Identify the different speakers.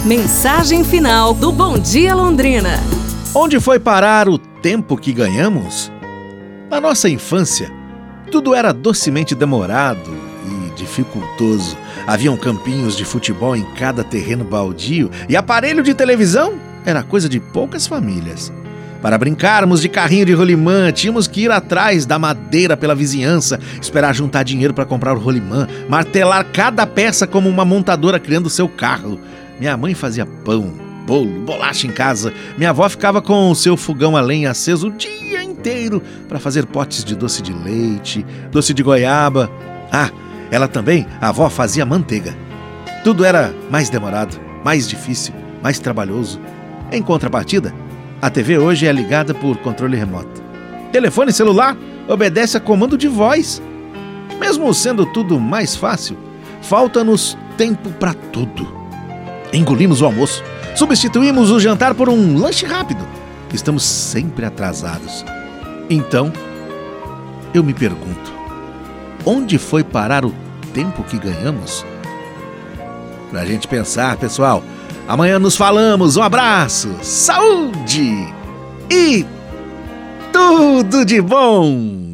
Speaker 1: Mensagem final do Bom Dia Londrina.
Speaker 2: Onde foi parar o tempo que ganhamos? Na nossa infância, tudo era docemente demorado e dificultoso. Haviam campinhos de futebol em cada terreno baldio e aparelho de televisão era coisa de poucas famílias. Para brincarmos de carrinho de rolimã, tínhamos que ir atrás da madeira pela vizinhança, esperar juntar dinheiro para comprar o rolimã, martelar cada peça como uma montadora criando seu carro. Minha mãe fazia pão, bolo, bolacha em casa. Minha avó ficava com o seu fogão a lenha aceso o dia inteiro para fazer potes de doce de leite, doce de goiaba. Ela também, a avó, fazia manteiga. Tudo era mais demorado, mais difícil, mais trabalhoso. Em contrapartida, a TV hoje é ligada por controle remoto. Telefone celular obedece a comando de voz. Mesmo sendo tudo mais fácil, falta-nos tempo para tudo. Engolimos o almoço, substituímos o jantar por um lanche rápido. Estamos sempre atrasados. Então, eu me pergunto, onde foi parar o tempo que ganhamos? Pra gente pensar, pessoal. Amanhã nos falamos. Um abraço, saúde e tudo de bom!